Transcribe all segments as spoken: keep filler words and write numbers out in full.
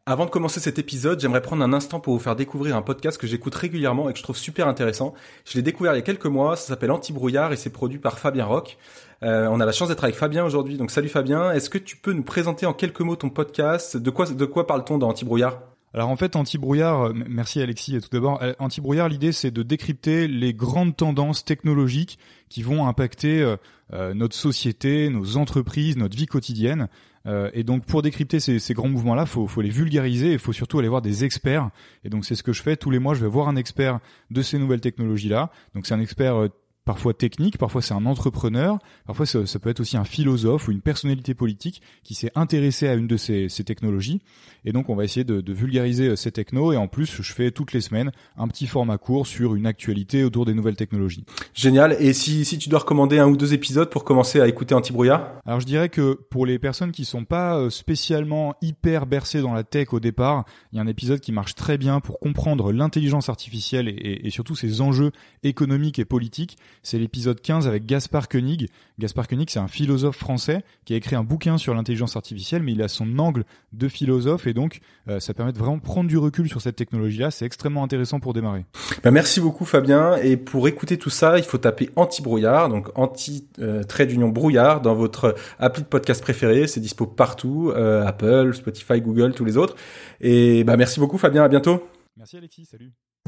Avant de commencer cet épisode, j'aimerais prendre un instant pour vous faire découvrir un podcast que j'écoute régulièrement et que je trouve super intéressant. Je l'ai découvert il y a quelques mois, ça s'appelle Anti-Brouillard et c'est produit par Fabien Roch. Euh, on a la chance d'être avec Fabien aujourd'hui, donc salut Fabien. Est-ce que tu peux nous présenter en quelques mots ton podcast ? De quoi, de quoi parle-t-on dans Anti-Brouillard ? Alors en fait, Anti-Brouillard, merci Alexis tout d'abord, Anti-Brouillard, l'idée c'est de décrypter les grandes tendances technologiques qui vont impacter euh, notre société, nos entreprises, notre vie quotidienne. Euh, et donc pour décrypter ces, ces grands mouvements-là, faut, faut les vulgariser et il faut surtout aller voir des experts. Et donc c'est ce que je fais tous les mois, je vais voir un expert de ces nouvelles technologies-là. Donc c'est un expert euh, parfois technique, parfois c'est un entrepreneur, parfois ça, ça peut être aussi un philosophe ou une personnalité politique qui s'est intéressé à une de ces, ces technologies. Et donc on va essayer de, de vulgariser ces technos et en plus je fais toutes les semaines un petit format court sur une actualité autour des nouvelles technologies. Génial. Et si, si tu dois recommander un ou deux épisodes pour commencer à écouter Anti-Brouillard ? Alors je dirais que pour les personnes qui sont pas spécialement hyper bercées dans la tech au départ, il y a un épisode qui marche très bien pour comprendre l'intelligence artificielle et, et, et surtout ses enjeux économiques et politiques. C'est l'épisode quinze avec Gaspard Koenig. Gaspard Koenig, c'est un philosophe français qui a écrit un bouquin sur l'intelligence artificielle, mais il a son angle de philosophe et donc euh, ça permet de vraiment prendre du recul sur cette technologie-là. C'est extrêmement intéressant pour démarrer. Ben merci beaucoup Fabien. Et pour écouter tout ça, il faut taper Anti-Brouillard, donc anti euh, trait d'union brouillard dans votre appli de podcast préféré. C'est dispo partout, euh, Apple, Spotify, Google, tous les autres. Et ben merci beaucoup Fabien. À bientôt. Merci Alexis. Salut.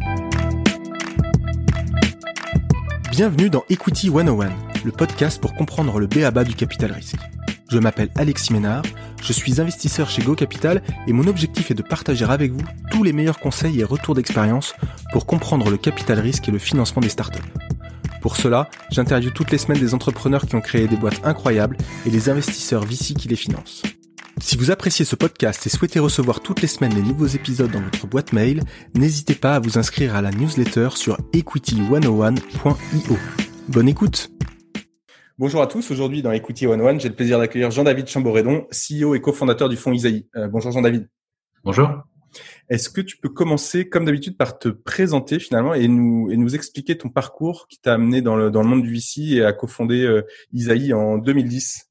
Bienvenue dans Equity cent un, le podcast pour comprendre le B A B A du capital risque. Je m'appelle Alexis Ménard, je suis investisseur chez Go Capital et mon objectif est de partager avec vous tous les meilleurs conseils et retours d'expérience pour comprendre le capital risque et le financement des startups. Pour cela, j'interviewe toutes les semaines des entrepreneurs qui ont créé des boîtes incroyables et les investisseurs V C qui les financent. Si vous appréciez ce podcast et souhaitez recevoir toutes les semaines les nouveaux épisodes dans votre boîte mail, n'hésitez pas à vous inscrire à la newsletter sur equity cent un point io. Bonne écoute. Bonjour à tous. Aujourd'hui, dans Equity cent un, j'ai le plaisir d'accueillir Jean-David Chamboredon, C E O et cofondateur du fonds Isaïe. Euh, bonjour Jean-David. Bonjour. Est-ce que tu peux commencer, comme d'habitude, par te présenter finalement et nous et nous expliquer ton parcours qui t'a amené dans le dans le monde du V C et à cofonder euh, Isaïe en deux mille dix?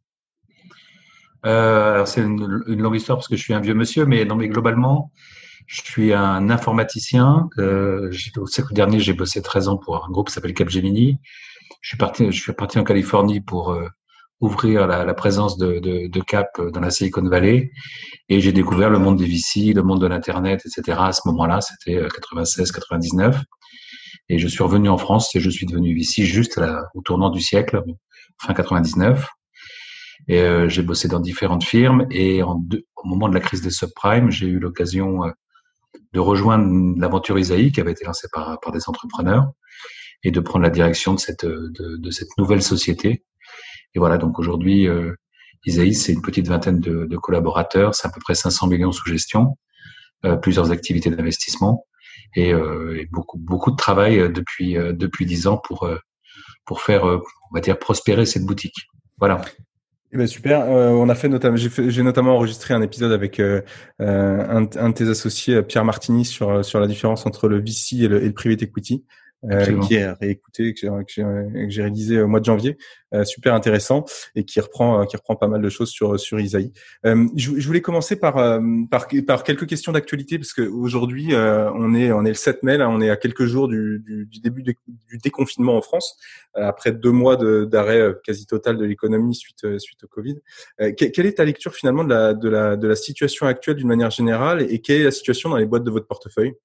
Euh, alors c'est une, une longue histoire parce que je suis un vieux monsieur, mais non, mais globalement, je suis un informaticien. Euh, j'ai, au siècle dernier, j'ai bossé treize ans pour un groupe qui s'appelle Capgemini. Je suis parti, je suis parti en Californie pour euh, ouvrir la, la présence de, de, de Cap dans la Silicon Valley, et j'ai découvert le monde des V C, le monde de l'internet, et cetera. À ce moment-là, c'était quatre-vingt-seize quatre-vingt-dix-neuf, et je suis revenu en France et je suis devenu V C juste à la, au tournant du siècle, fin quatre-vingt-dix-neuf. Et euh, j'ai bossé dans différentes firmes et en deux, au moment de la crise des subprimes, j'ai eu l'occasion euh, de rejoindre l'aventure Isaïe qui avait été lancée par, par des entrepreneurs et de prendre la direction de cette, de, de cette nouvelle société. Et voilà, donc aujourd'hui, euh, Isaïe, c'est une petite vingtaine de, de collaborateurs, c'est à peu près cinq cents millions sous gestion, euh, plusieurs activités d'investissement et, euh, et beaucoup, beaucoup de travail depuis, euh, depuis dix ans pour, euh, pour faire, euh, on va dire, prospérer cette boutique. Voilà. Eh ben super. Euh, on a fait notamment, j'ai, fait, j'ai notamment enregistré un épisode avec euh, un, un de tes associés, Pierre Martini, sur sur la différence entre le V C et le, et le private equity, euh, qui est réécouté, que j'ai, que j'ai, que j'ai réalisé au mois de janvier, euh, super intéressant et qui reprend qui reprend pas mal de choses sur sur Isaïe. Euh, je, je voulais commencer par euh, par par quelques questions d'actualité parce que aujourd'hui euh, on est on est le sept mai, là, on est à quelques jours du, du, du début de, du déconfinement en France, euh, après deux mois de, d'arrêt euh, quasi total de l'économie suite euh, suite au Covid. Euh, que, quelle est ta lecture finalement de la de la de la situation actuelle d'une manière générale et quelle est la situation dans les boîtes de votre portefeuille?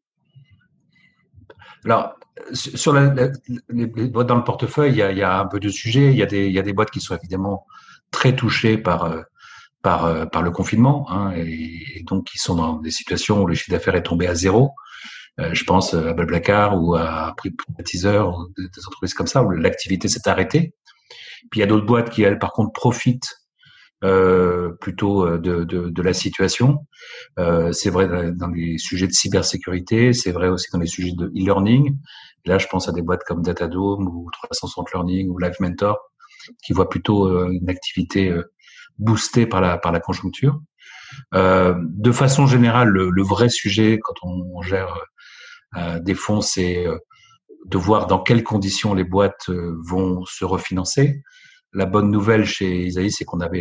Alors, sur la, la, les, les boîtes dans le portefeuille, il y a, il y a un peu de sujets. Il y a des, il y a des boîtes qui sont évidemment très touchées par, par, par le confinement, hein, et, et donc qui sont dans des situations où le chiffre d'affaires est tombé à zéro. Euh, je pense à Blablacar ou à Privatiseur, ou des, des entreprises comme ça où l'activité s'est arrêtée. Puis il y a d'autres boîtes qui, elles, par contre, profitent Euh, plutôt de, de, de la situation. Euh, c'est vrai dans les sujets de cybersécurité, c'est vrai aussi dans les sujets de e-learning. Là, je pense à des boîtes comme Datadome ou trois cent soixante Learning ou Live Mentor qui voient plutôt euh, une activité euh, boostée par la, par la conjoncture. Euh, de façon générale, le, le vrai sujet quand on, on gère euh, des fonds, c'est euh, de voir dans quelles conditions les boîtes euh, vont se refinancer. La bonne nouvelle chez Isaïe, c'est qu'on avait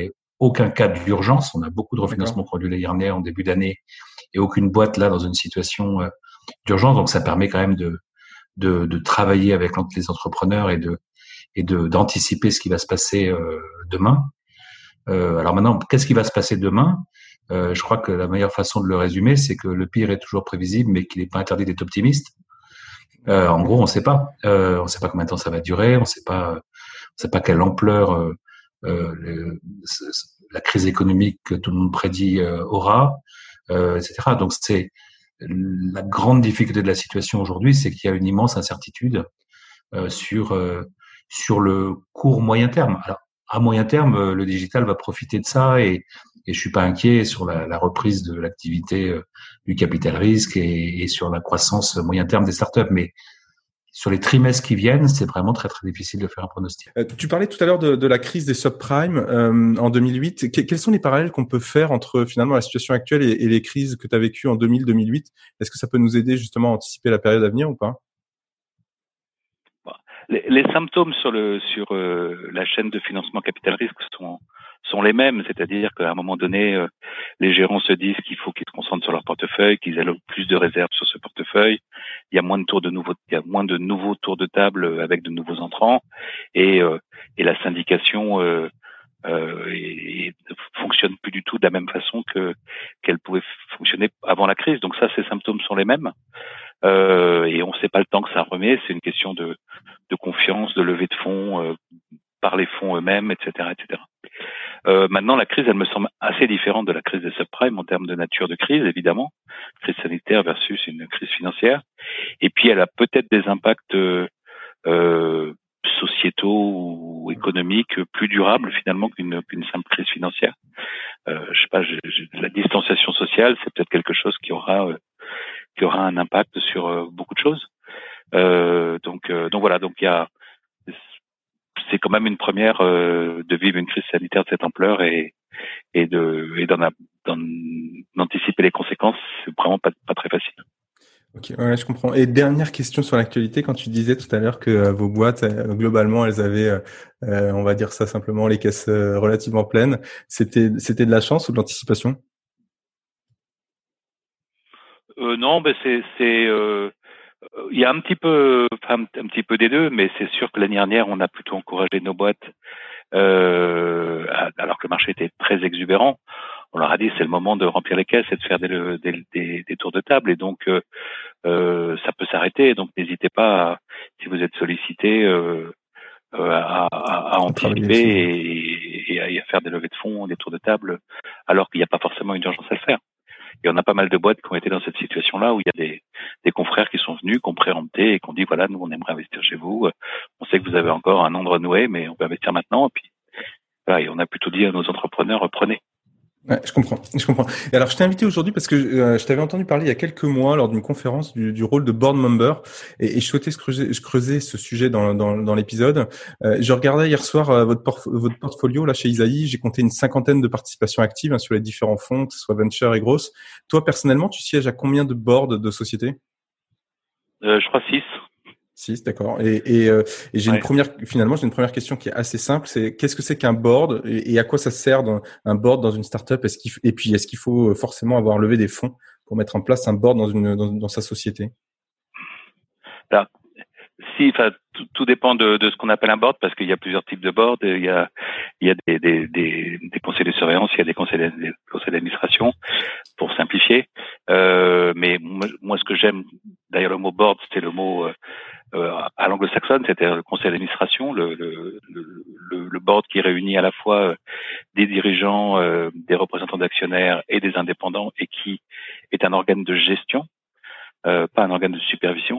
aucun cas d'urgence. On a beaucoup de refinancements qui ont lieu l'année dernière en début d'année et aucune boîte là dans une situation euh, d'urgence. Donc ça permet quand même de de, de travailler avec les entrepreneurs et de et de d'anticiper ce qui va se passer euh, demain. Euh, alors maintenant, qu'est-ce qui va se passer demain? Euh, je crois que la meilleure façon de le résumer, c'est que le pire est toujours prévisible, mais qu'il n'est pas interdit d'être optimiste. Euh, en gros, on ne sait pas. Euh, on ne sait pas combien de temps ça va durer. On ne sait pas. On sait pas quelle ampleur euh, euh, le, la crise économique que tout le monde prédit euh, aura, euh, et cetera. Donc c'est la grande difficulté de la situation aujourd'hui, c'est qu'il y a une immense incertitude euh, sur euh, sur le court moyen terme. Alors à moyen terme, le digital va profiter de ça et et je suis pas inquiet sur la, la reprise de l'activité euh, du capital risque et, et sur la croissance moyen terme des startups. Mais sur les trimestres qui viennent, c'est vraiment très très difficile de faire un pronostic. Euh, tu parlais tout à l'heure de, de la crise des subprimes euh, en deux mille huit. Que, quels sont les parallèles qu'on peut faire entre finalement la situation actuelle et, et les crises que tu as vécues en deux mille deux mille huit? Est-ce que ça peut nous aider justement à anticiper la période à venir ou pas? Les, les symptômes sur le sur euh, la chaîne de financement capital risque sont sont les mêmes, c'est-à-dire qu'à un moment donné, euh, les gérants se disent qu'il faut qu'ils se concentrent sur leur portefeuille, qu'ils aient plus de réserves sur ce portefeuille. Il y a moins de tours de nouveaux, il y a moins de nouveaux tours de table avec de nouveaux entrants, et euh, et la syndication euh, euh, et, et ne fonctionne plus du tout de la même façon que qu'elle pouvait fonctionner avant la crise. Donc ça, ces symptômes sont les mêmes. Euh, et on ne sait pas le temps que ça remet. C'est une question de, de confiance, de levée de fonds euh, par les fonds eux-mêmes, et cetera, et cetera. Euh, maintenant, la crise, elle me semble assez différente de la crise des subprimes en termes de nature de crise, évidemment, crise sanitaire versus une crise financière. Et puis, elle a peut-être des impacts euh, euh, sociétaux ou économiques plus durables finalement qu'une, qu'une simple crise financière. Euh, je sais pas, je, je, la distanciation sociale, c'est peut-être quelque chose qui aura euh, qui aura un impact sur euh, beaucoup de choses. Euh, donc, euh, donc voilà, donc il y a, c'est quand même une première euh, de vivre une crise sanitaire de cette ampleur et et de et d'en, d'en d'anticiper les conséquences, c'est vraiment pas pas très facile. Ok, ouais, je comprends. Et dernière question sur l'actualité, quand tu disais tout à l'heure que euh, vos boîtes, euh, globalement, elles avaient, euh, euh, on va dire ça simplement, les caisses euh, relativement pleines, c'était c'était de la chance ou de l'anticipation? Euh, non, ben c'est c'est euh, il y a un petit peu enfin, un petit peu des deux, mais c'est sûr que l'année dernière on a plutôt encouragé nos boîtes euh, alors que le marché était très exubérant. On leur a dit c'est le moment de remplir les caisses et de faire des des, des, des tours de table, et donc euh, euh, ça peut s'arrêter. Donc n'hésitez pas à, si vous êtes sollicité euh, à, à, à anticiper et, et, à, et à faire des levées de fonds, des tours de table, alors qu'il n'y a pas forcément une urgence à le faire. Et on a pas mal de boîtes qui ont été dans cette situation-là où il y a des, des confrères qui sont venus, qui ont préempté et qui ont dit voilà, nous on aimerait investir chez vous. On sait que vous avez encore un an de renoué, mais on peut investir maintenant. Et puis voilà, et on a plutôt dit à nos entrepreneurs prenez. Ouais, je comprends, je comprends. Et alors, je t'ai invité aujourd'hui parce que euh, je t'avais entendu parler il y a quelques mois lors d'une conférence du, du rôle de board member, et, et je souhaitais creuser, je creusais ce sujet dans, dans, dans l'épisode. Euh, je regardais hier soir euh, votre, porf- votre portfolio là chez Isaïe. J'ai compté une cinquantaine de participations actives hein, sur les différents fonds, que ce soit venture et grosses. Toi, personnellement, tu sièges à combien de boards de sociétés? euh, Je crois six. Six, d'accord. Et, et, euh, et j'ai ouais. une première, finalement, j'ai une première question qui est assez simple. C'est qu'est-ce que c'est qu'un board et, et à quoi ça sert dans, un board dans une startup? Est-ce qu'il, et puis est-ce qu'il faut forcément avoir levé des fonds pour mettre en place un board dans une dans, dans sa société? Alors, si, enfin, tout, tout dépend de, de ce qu'on appelle un board, parce qu'il y a plusieurs types de boards. Il y a, il y a des, des, des, des conseils de surveillance, il y a des conseils, des conseils d'administration, pour simplifier. Euh, mais moi, moi, ce que j'aime, d'ailleurs, le mot board, c'était le mot euh, euh, à l'anglo-saxonne, c'était le conseil d'administration, le, le, le, le board qui réunit à la fois euh, des dirigeants, euh, des représentants d'actionnaires et des indépendants, et qui est un organe de gestion, euh, pas un organe de supervision.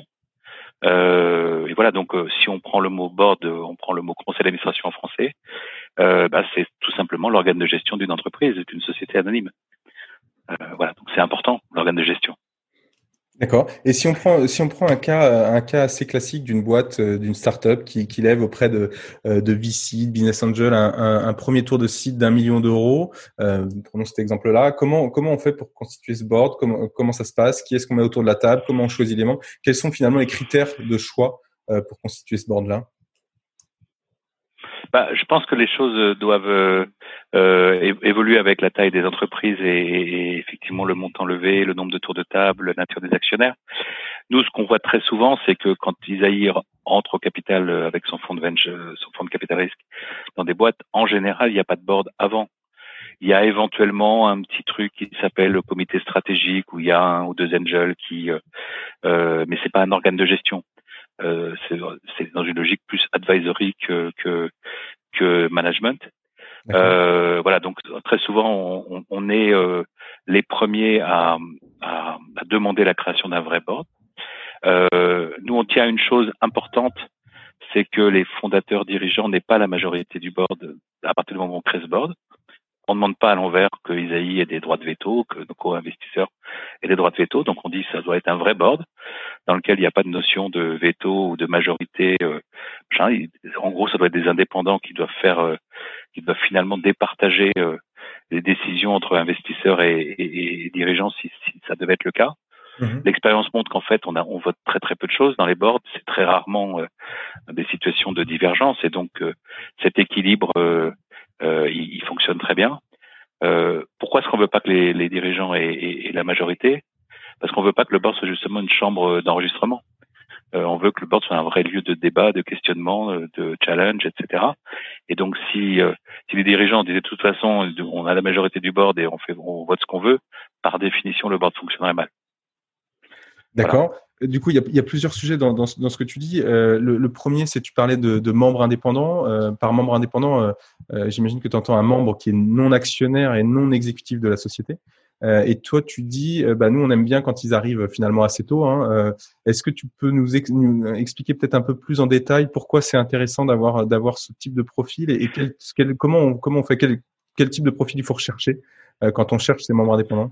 Euh, et voilà, donc euh, si on prend le mot board, on prend le mot conseil d'administration en français, euh, bah, c'est tout simplement l'organe de gestion d'une entreprise, d'une société anonyme. Euh, voilà, donc c'est important, l'organe de gestion. D'accord. Et si on prend si on prend un cas un cas assez classique d'une boîte, d'une start-up qui qui lève auprès de de V C, de business angel, un, un, un premier tour de site d'un million d'euros, euh, prenons cet exemple-là. Comment comment on fait pour constituer ce board? Comment comment ça se passe? Qui est-ce qu'on met autour de la table? Comment on choisit les membres? Quels sont finalement les critères de choix euh, pour constituer ce board-là? Bah, je pense que les choses doivent euh, euh, évoluer avec la taille des entreprises et, et effectivement le montant levé, le nombre de tours de table, la nature des actionnaires. Nous, ce qu'on voit très souvent, c'est que quand Isaïe entre au capital avec son fonds de venture, son fonds de capital risque dans des boîtes, en général, il n'y a pas de board avant. Il y a éventuellement un petit truc qui s'appelle le comité stratégique où il y a un ou deux angels qui, euh, mais c'est pas un organe de gestion. Euh, c'est, c'est dans une logique plus advisory que que, que management. Euh, voilà, donc très souvent on, on est euh, les premiers à, à, à demander la création d'un vrai board. Euh, nous, on tient à une chose importante, c'est que les fondateurs dirigeants n'aient pas la majorité du board à partir du moment où on crée ce board. On ne demande pas à l'envers que Isaïe ait des droits de veto, que nos co-investisseurs aient des droits de veto. Donc on dit que ça doit être un vrai board dans lequel il n'y a pas de notion de veto ou de majorité. Euh, en gros, ça doit être des indépendants qui doivent faire, euh, qui doivent finalement départager euh, les décisions entre investisseurs et, et, et dirigeants si, si ça devait être le cas. Mmh. L'expérience montre qu'en fait, on, a, on vote très très peu de choses dans les boards. C'est très rarement euh, des situations de divergence et donc euh, cet équilibre euh, Euh, il, il fonctionne très bien. Euh, pourquoi est-ce qu'on veut pas que les, les dirigeants aient, aient, aient la majorité? Parce qu'on veut pas que le board soit justement une chambre d'enregistrement. Euh, on veut que le board soit un vrai lieu de débat, de questionnement, de challenge, et cetera. Et donc, si, euh, si les dirigeants disaient de toute façon, on a la majorité du board et on fait, on vote ce qu'on veut, par définition, le board fonctionnerait mal. D'accord. Voilà. Du coup, il y a, il y a plusieurs sujets dans, dans, dans ce que tu dis. Euh, le, le premier, c'est tu parlais de, de membres indépendants. Euh, par membre indépendant, euh, euh, j'imagine que tu entends un membre qui est non actionnaire et non exécutif de la société. Euh, et toi, tu dis, euh, bah, nous, on aime bien quand ils arrivent finalement assez tôt. Hein. Euh, est-ce que tu peux nous, ex- nous expliquer peut-être un peu plus en détail pourquoi c'est intéressant d'avoir d'avoir ce type de profil et, et quel, quel, comment on, comment on fait quel, quel type de profil il faut rechercher euh, quand on cherche ces membres indépendants?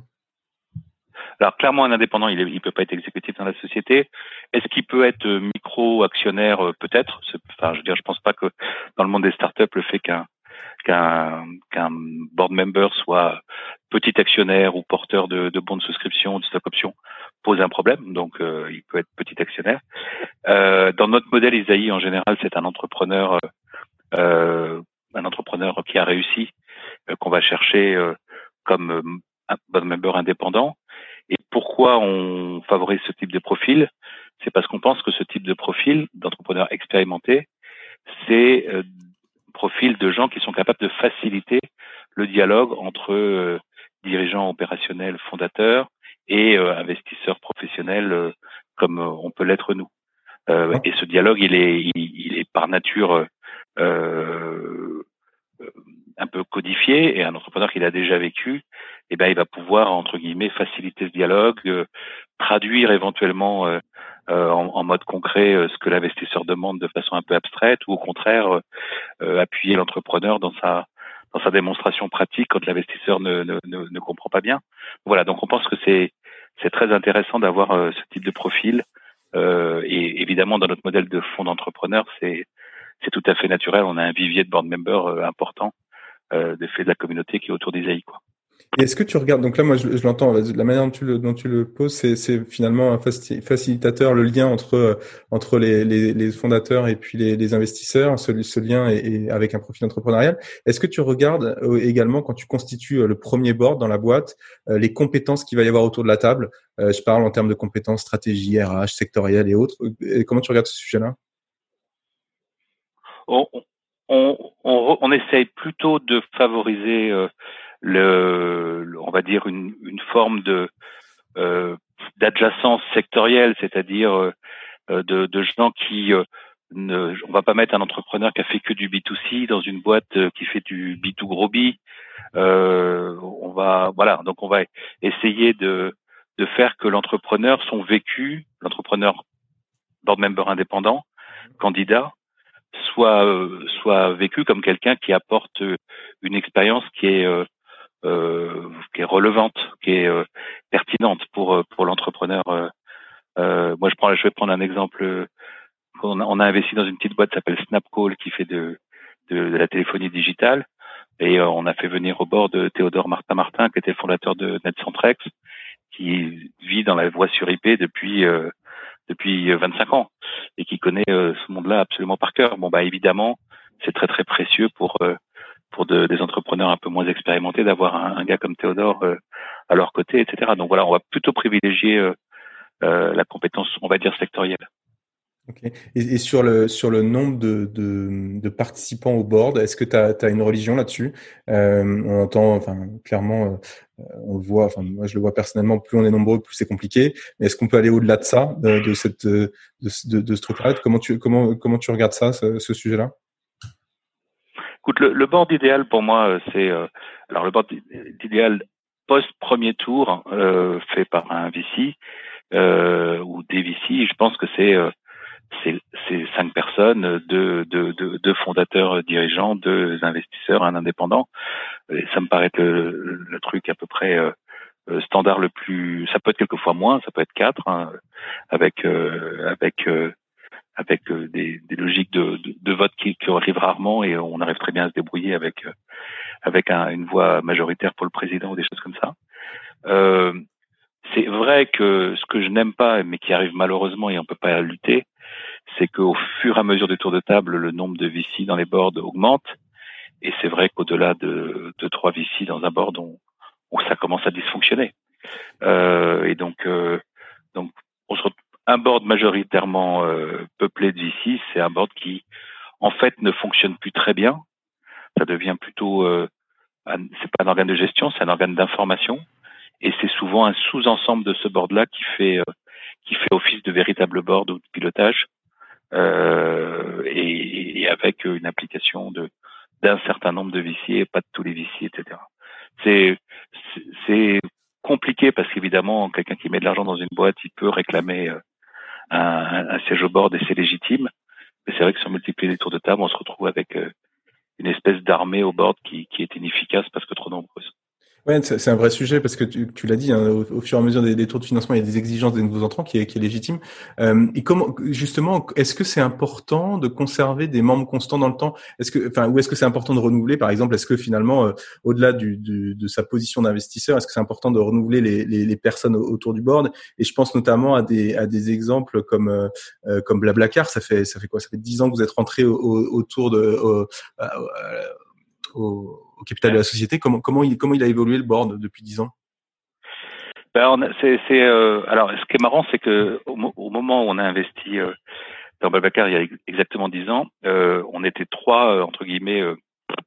Alors clairement, un indépendant, il ne peut pas être exécutif dans la société. Est-ce qu'il peut être micro-actionnaire? Peut-être. Enfin, je veux dire, je pense pas que dans le monde des startups, le fait qu'un qu'un qu'un board member soit petit actionnaire ou porteur de, de bons de souscription, de stock options, pose un problème. Donc, euh, il peut être petit actionnaire. Euh, dans notre modèle, Isaïe, en général, c'est un entrepreneur, euh, un entrepreneur qui a réussi, euh, qu'on va chercher euh, comme euh, un board member indépendant. Et pourquoi on favorise ce type de profil? C'est parce qu'on pense que ce type de profil d'entrepreneur expérimenté, c'est euh, profil de gens qui sont capables de faciliter le dialogue entre euh, dirigeants opérationnels, fondateurs et euh, investisseurs professionnels euh, comme euh, on peut l'être nous. Euh, et ce dialogue, il est, il, il est par nature euh, un peu codifié, et un entrepreneur qui l'a déjà vécu, eh ben, il va pouvoir, entre guillemets, faciliter ce dialogue, euh, traduire éventuellement euh, euh, en, en mode concret euh, ce que l'investisseur demande de façon un peu abstraite, ou au contraire, euh, appuyer l'entrepreneur dans sa dans sa démonstration pratique quand l'investisseur ne, ne, ne, ne comprend pas bien. Voilà, donc on pense que c'est c'est très intéressant d'avoir euh, ce type de profil, euh, et évidemment, dans notre modèle de fonds d'entrepreneurs, c'est c'est tout à fait naturel. On a un vivier de board members euh, important, euh, de fait de la communauté qui est autour d'Isaïe, quoi. Et est-ce que tu regardes, donc là, moi, je, je l'entends, la manière dont tu le, dont tu le poses, c'est, c'est finalement un facilitateur, le lien entre, entre les, les, les fondateurs et puis les, les investisseurs, ce, ce lien est, est avec un profil entrepreneurial. Est-ce que tu regardes également, quand tu constitues le premier board dans la boîte, les compétences qu'il va y avoir autour de la table? Je parle en termes de compétences stratégie, R H, sectorielles et autres. Et comment tu regardes ce sujet-là? On, on, on, on essaye plutôt de favoriser euh, le, le, on va dire une, une forme de euh, d'adjacence sectorielle, c'est-à-dire euh, de, de gens qui euh, ne, on va pas mettre un entrepreneur qui a fait que du B deux C dans une boîte qui fait du B deux gros B. Euh, on va, voilà, donc on va essayer de de faire que l'entrepreneur, son vécu, l'entrepreneur board member indépendant, candidat, soit euh, soit vécu comme quelqu'un qui apporte une expérience qui est euh, euh, qui est relevante, qui est euh, pertinente pour pour l'entrepreneur. Euh, euh, moi, je prends, je vais prendre un exemple. On a, on a investi dans une petite boîte qui s'appelle Snapcall, qui fait de de, de la téléphonie digitale, et euh, on a fait venir au bord de Théodore Martin Martin, qui était le fondateur de NetCentrex, qui vit dans la voie sur I P depuis euh, depuis vingt-cinq ans et qui connaît euh, ce monde-là absolument par cœur. Bon, bah évidemment, c'est très très précieux pour euh, pour de, des entrepreneurs un peu moins expérimentés d'avoir un, un gars comme Théodore euh, à leur côté, et cetera. Donc voilà, on va plutôt privilégier euh, euh, la compétence, on va dire, sectorielle. Okay. Et, et sur le sur le nombre de, de, de participants au board, est-ce que tu as une religion là-dessus? euh, On entend, enfin clairement, euh, on le voit. Enfin moi je le vois personnellement. Plus on est nombreux, plus c'est compliqué. Mais est-ce qu'on peut aller au-delà de ça, de, de cette de, de, de ce truc-là? Comment tu comment comment tu regardes ça, ce, ce sujet-là? Écoute, le, le board idéal pour moi, c'est euh, alors le board idéal post premier tour euh, fait par un V C euh, ou des V C. Je pense que c'est euh, c'est c'est cinq personnes, deux, deux, deux, deux fondateurs dirigeants, deux investisseurs, un indépendant. Et ça me paraît être le, le truc à peu près euh, standard le plus. Ça peut être quelquefois moins, ça peut être quatre, hein, avec euh, avec euh, avec euh, des, des logiques de, de, de vote qui, qui arrivent rarement, et on arrive très bien à se débrouiller avec euh, avec un, une voix majoritaire pour le président ou des choses comme ça. Euh, c'est vrai que ce que je n'aime pas, mais qui arrive malheureusement et on peut pas lutter, c'est qu'au fur et à mesure des tours de table, le nombre de V C dans les boards augmente. Et c'est vrai qu'au-delà de, de trois V C dans un board, on, on, ça commence à dysfonctionner. Euh, et donc, euh, donc, on se retrouve, un board majoritairement euh, peuplé de V C, c'est un board qui, en fait, ne fonctionne plus très bien. Ça devient plutôt, euh, un, c'est pas un organe de gestion, c'est un organe d'information. Et c'est souvent un sous-ensemble de ce board-là qui fait, euh, qui fait office de véritable board ou de pilotage. Euh, et, et avec une application de d'un certain nombre de V C et pas de tous les V C, et cetera. C'est c'est compliqué parce qu'évidemment, quelqu'un qui met de l'argent dans une boîte, il peut réclamer un, un siège au board et c'est légitime. Mais c'est vrai que si on multiplie les tours de table, on se retrouve avec une espèce d'armée au board qui, qui est inefficace parce que trop nombreuse. Ouais, c'est un vrai sujet parce que tu, tu l'as dit, hein, au, au fur et à mesure des, des tours de financement, il y a des exigences des nouveaux entrants qui est, qui est légitime. Euh, et comment, justement, est-ce que c'est important de conserver des membres constants dans le temps? Est-ce que, enfin, ou est-ce que c'est important de renouveler, par exemple? Est-ce que finalement, euh, au-delà du, du, de sa position d'investisseur, est-ce que c'est important de renouveler les, les, les personnes autour du board? Et je pense notamment à des, à des exemples comme, euh, comme Blablacar. Ça fait, ça fait quoi? Ça fait dix ans que vous êtes rentré au, au, autour de, au, au, au capital de la société. Comment, comment, il, comment il a évolué le board depuis dix ans? Ben, c'est, c'est, euh, alors, ce qui est marrant, c'est que au, au moment où on a investi euh, dans Blablacar il y a exactement dix ans, euh, on était trois, euh, entre guillemets, euh,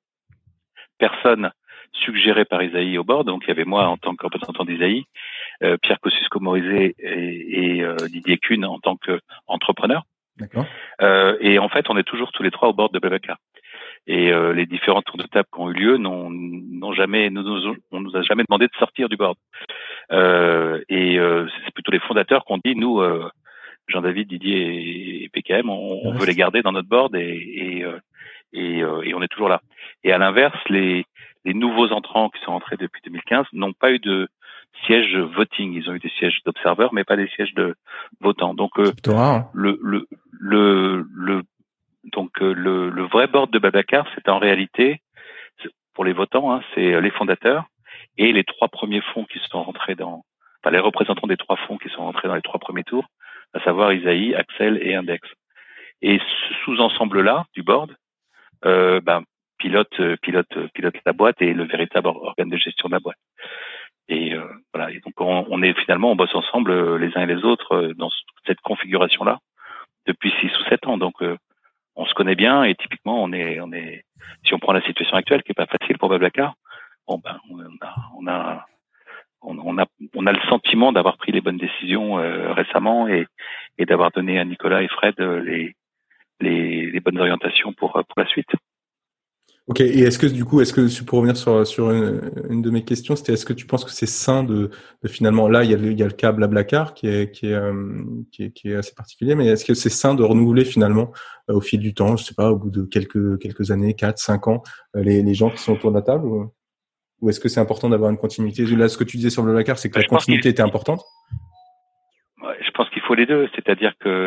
personnes suggérées par Isaïe au board. Donc, il y avait moi en tant que représentant d'Isaïe, euh, Pierre Kosciusko-Morizet et, et euh, Didier Kuhn en tant qu'entrepreneur. D'accord. Euh, et en fait, on est toujours tous les trois au board de Blablacar. Et euh, les différents tours de table qui ont eu lieu n'ont, n'ont jamais, nous, nous, on nous a jamais demandé de sortir du board. Euh, et euh, c'est plutôt les fondateurs qui ont dit, nous, euh, Jean-David, Didier et P K M, on, on veut les garder dans notre board et, et, euh, et, euh, et on est toujours là. Et à l'inverse, les, les nouveaux entrants qui sont entrés depuis deux mille quinze n'ont pas eu de siège voting. Ils ont eu des sièges d'observeurs, mais pas des sièges de votants. Donc, euh, hein. le, le, le, le Donc euh, le, le vrai board de Blablacar, c'est en réalité, pour les votants, hein, c'est les fondateurs et les trois premiers fonds qui sont rentrés dans, enfin les représentants des trois fonds qui sont rentrés dans les trois premiers tours, à savoir Isaïe, Axel et Index. Et ce sous-ensemble-là du board, euh, ben, pilote, pilote, pilote la boîte et le véritable organe de gestion de la boîte. Et euh, voilà. Et donc on, on est finalement, on bosse ensemble les uns et les autres dans cette configuration-là depuis six ou sept ans. Donc euh, on se connaît bien et typiquement on est on est si on prend la situation actuelle qui est pas facile pour Blablacar, bon ben on a on a on a on a le sentiment d'avoir pris les bonnes décisions euh, récemment et et d'avoir donné à Nicolas et Fred les les les bonnes orientations pour pour la suite. Ok, et est-ce que du coup, est-ce que pour revenir sur sur une, une de mes questions, c'était est-ce que tu penses que c'est sain de, de finalement là il y a le, il y a le cas Blablacar qui est qui est, euh, qui est qui est assez particulier, mais est-ce que c'est sain de renouveler finalement euh, au fil du temps, je sais pas, au bout de quelques quelques années, quatre, cinq ans, euh, les les gens qui sont autour de la table, ou, ou est-ce que c'est important d'avoir une continuité? Là, ce que tu disais sur Blablacar, c'est que bah, la continuité était importante. Ouais, je pense qu'il faut les deux, c'est-à-dire que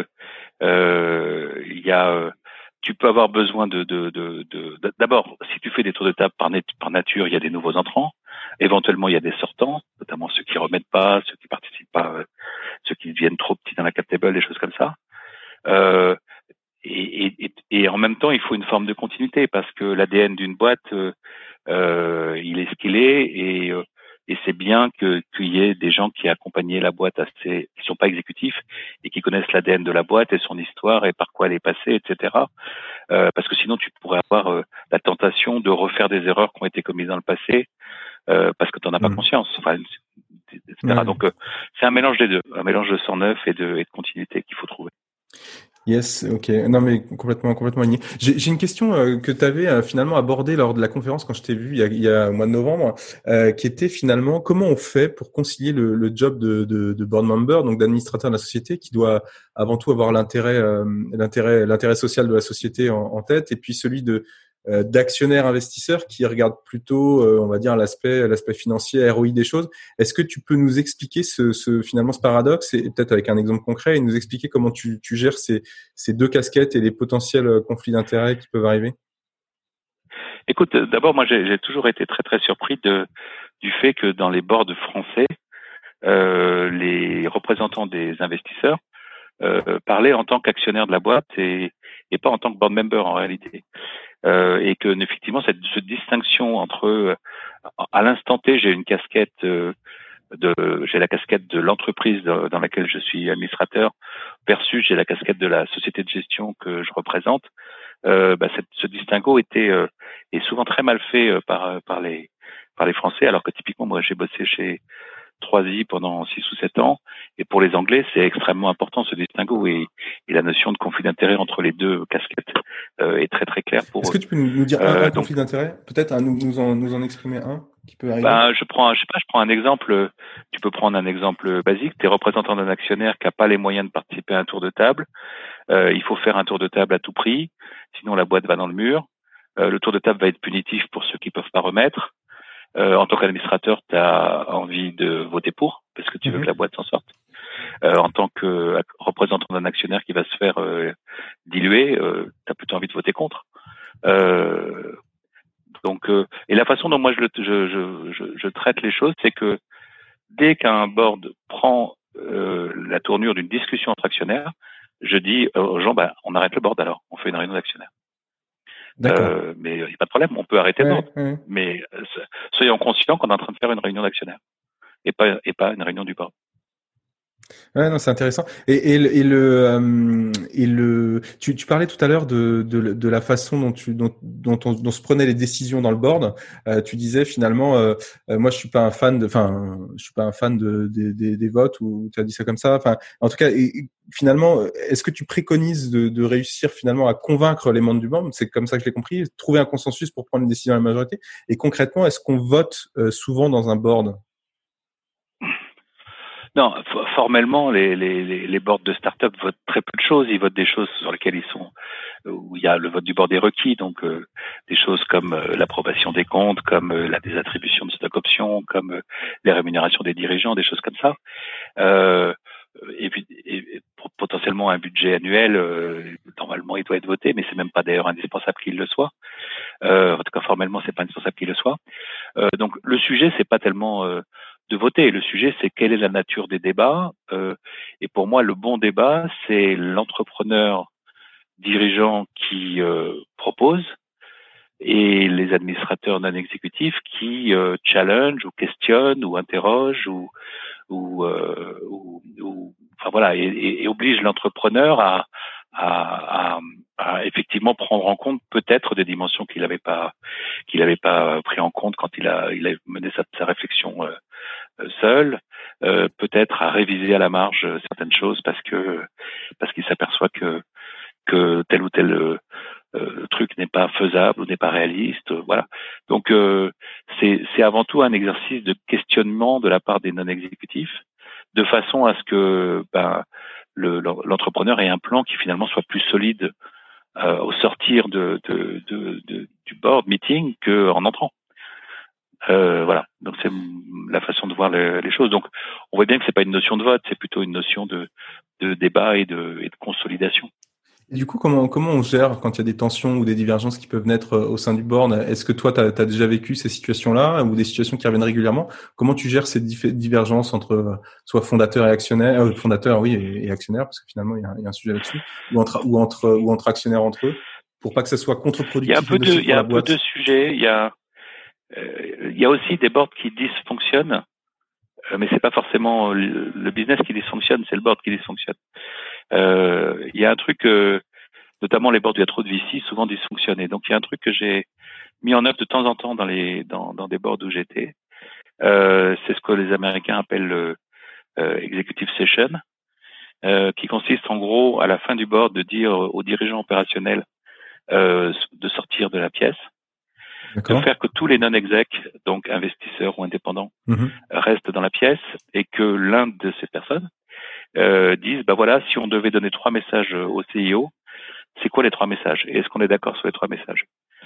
euh, il y a euh, tu peux avoir besoin de, de, de, de, d'abord, si tu fais des tours de table par, net, par nature, il y a des nouveaux entrants. Éventuellement, il y a des sortants, notamment ceux qui remettent pas, ceux qui participent pas, euh, ceux qui deviennent trop petits dans la cap table, des choses comme ça. Euh, et, et, et en même même temps, il faut une forme de continuité parce que l'A D N d'une boîte, euh, euh, il est ce qu'il est et euh, et c'est bien que qu'il y ait des gens qui accompagnaient la boîte assez, qui sont pas exécutifs et qui connaissent l'A D N de la boîte et son histoire et par quoi elle est passée, et cetera. Euh, parce que sinon, tu pourrais avoir euh, la tentation de refaire des erreurs qui ont été commises dans le passé euh, parce que tu n'en as pas mmh. conscience. Enfin, et cetera. Ouais. Donc, euh, c'est un mélange des deux, un mélange de sang neuf et de, et de continuité qu'il faut trouver. Yes, ok. Non, mais complètement, complètement aligné. J'ai, j'ai une question euh, que tu avais euh, finalement abordée lors de la conférence quand je t'ai vu il y a, il y a au mois de novembre, euh, qui était finalement comment on fait pour concilier le, le job de, de, de board member, donc d'administrateur de la société, qui doit avant tout avoir l'intérêt, euh, l'intérêt, l'intérêt social de la société en, en tête, et puis celui de euh, d'actionnaire investisseur qui regarde plutôt, euh, on va dire, l'aspect, l'aspect financier, R O I des choses. Est-ce que tu peux nous expliquer ce, ce finalement ce paradoxe et peut-être avec un exemple concret et nous expliquer comment tu, tu gères ces, ces deux casquettes et les potentiels conflits d'intérêts qui peuvent arriver? Écoute, d'abord, moi, j'ai, j'ai toujours été très très surpris de du fait que dans les boards français, euh, les représentants des investisseurs euh, parlaient en tant qu'actionnaire de la boîte et, et pas en tant que board member en réalité. Euh, et que effectivement cette, cette distinction entre euh, à l'instant T j'ai une casquette euh, de j'ai la casquette de l'entreprise dans, dans laquelle je suis administrateur versus j'ai la casquette de la société de gestion que je représente. Euh, bah, cette, ce distinguo était euh, est souvent très mal fait euh, par par les par les Français, alors que typiquement moi j'ai bossé chez trois i pendant six ou sept ans, et pour les Anglais, c'est extrêmement important ce distinguo et, et la notion de conflit d'intérêt entre les deux casquettes euh, est très très claire pour Est-ce eux. que tu peux nous, nous dire un, euh, un donc, conflit d'intérêt, peut-être un, nous, nous en nous en exprimer un qui peut arriver? Ben, je prends, je sais pas, je prends un exemple. Tu peux prendre un exemple basique. Tu es représentant d'un actionnaire qui a pas les moyens de participer à un tour de table. Euh, il faut faire un tour de table à tout prix, sinon la boîte va dans le mur. Euh, le tour de table va être punitif pour ceux qui peuvent pas remettre. Euh, en tant qu'administrateur, tu as envie de voter pour, parce que tu veux mmh. que la boîte s'en sorte. Euh, en tant que représentant d'un actionnaire qui va se faire euh, diluer, euh, tu as plutôt envie de voter contre. Euh, donc, euh, et la façon dont moi je, le, je, je, je, je traite les choses, c'est que dès qu'un board prend euh, la tournure d'une discussion entre actionnaires, je dis aux gens, bah, on arrête le board alors, on fait une réunion d'actionnaires. Euh, mais il n'y a pas de problème, on peut arrêter ouais, le board. Ouais. Mais euh, soyons conscients qu'on est en train de faire une réunion d'actionnaires et pas et pas une réunion du board. Ouais, non, c'est intéressant. Et, et, le, et le, euh, et le, tu, tu parlais tout à l'heure de, de, de la façon dont tu, dont, dont, on, dont se prenaient les décisions dans le board. Euh, tu disais finalement, euh, euh, moi, je suis pas un fan de, enfin, je suis pas un fan de, de, de des votes ou tu as dit ça comme ça. Enfin, en tout cas, et, et finalement, est-ce que tu préconises de, de réussir finalement à convaincre les membres du board? C'est comme ça que je l'ai compris. Trouver un consensus pour prendre une décision à la majorité. Et concrètement, est-ce qu'on vote euh, souvent dans un board? Non, formellement, les, les, les boards de start-up votent très peu de choses. Ils votent des choses sur lesquelles ils sont, où il y a le vote du board est requis, donc euh, des choses comme euh, l'approbation des comptes, comme euh, la désattribution de stock options, comme euh, les rémunérations des dirigeants, des choses comme ça. Euh, et puis, et, et potentiellement un budget annuel, euh, normalement, il doit être voté, mais c'est même pas d'ailleurs indispensable qu'il le soit. Euh, en tout cas, formellement, c'est pas indispensable qu'il le soit. Euh, donc, le sujet, c'est pas tellement euh, de voter. Le sujet, c'est quelle est la nature des débats. Euh, et pour moi, le bon débat, c'est l'entrepreneur dirigeant qui euh, propose et les administrateurs non exécutifs qui euh, challenge ou questionnent ou interrogent ou ou, euh, ou, ou enfin voilà et, et, et oblige l'entrepreneur à, à, à, à effectivement prendre en compte peut-être des dimensions qu'il n'avait pas qu'il n'avait pas pris en compte quand il a il a mené sa, sa réflexion euh, seul, euh, peut-être à réviser à la marge certaines choses parce que parce qu'il s'aperçoit que que tel ou tel euh, euh, truc n'est pas faisable ou n'est pas réaliste, euh, voilà. Donc euh, c'est c'est avant tout un exercice de questionnement de la part des non-exécutifs, de façon à ce que ben le, l'entrepreneur ait un plan qui finalement soit plus solide euh, au sortir de, de, de, de du board meeting qu'en entrant. Euh, voilà, donc c'est la façon de voir le, les choses. Donc, on voit bien que c'est pas une notion de vote, c'est plutôt une notion de, de débat et de, et de consolidation. Et du coup, comment comment on gère quand il y a des tensions ou des divergences qui peuvent naître au sein du board? Est-ce que toi, tu as déjà vécu ces situations-là ou des situations qui reviennent régulièrement? Comment tu gères ces dif- divergences entre soit fondateurs et actionnaires, euh, fondateurs oui et, et actionnaires, parce que finalement il y a, il y a un sujet là-dessus, ou entre ou entre ou entre actionnaires entre eux? pour pas que ça soit contre-productif. Il y a un peu de, il y a un peu boîte. de sujets. Il y a, euh, il y a aussi des boards qui dysfonctionnent, euh, mais c'est pas forcément le, le business qui dysfonctionne, c'est le board qui dysfonctionne. Euh, il y a un truc, euh, notamment les boards où il y a trop de V C, souvent dysfonctionnent. Et donc il y a un truc que j'ai mis en œuvre de temps en temps dans les, dans, dans des boards où j'étais. Euh, c'est ce que les Américains appellent le euh, executive session, euh, qui consiste en gros à la fin du board de dire aux dirigeants opérationnels euh, de sortir de la pièce, D'accord. de faire que tous les non-execs, donc investisseurs ou indépendants, Mmh. restent dans la pièce et que l'un de ces personnes euh, dise, bah voilà, si on devait donner trois messages au C I O, c'est quoi les trois messages et est-ce qu'on est d'accord sur les trois messages?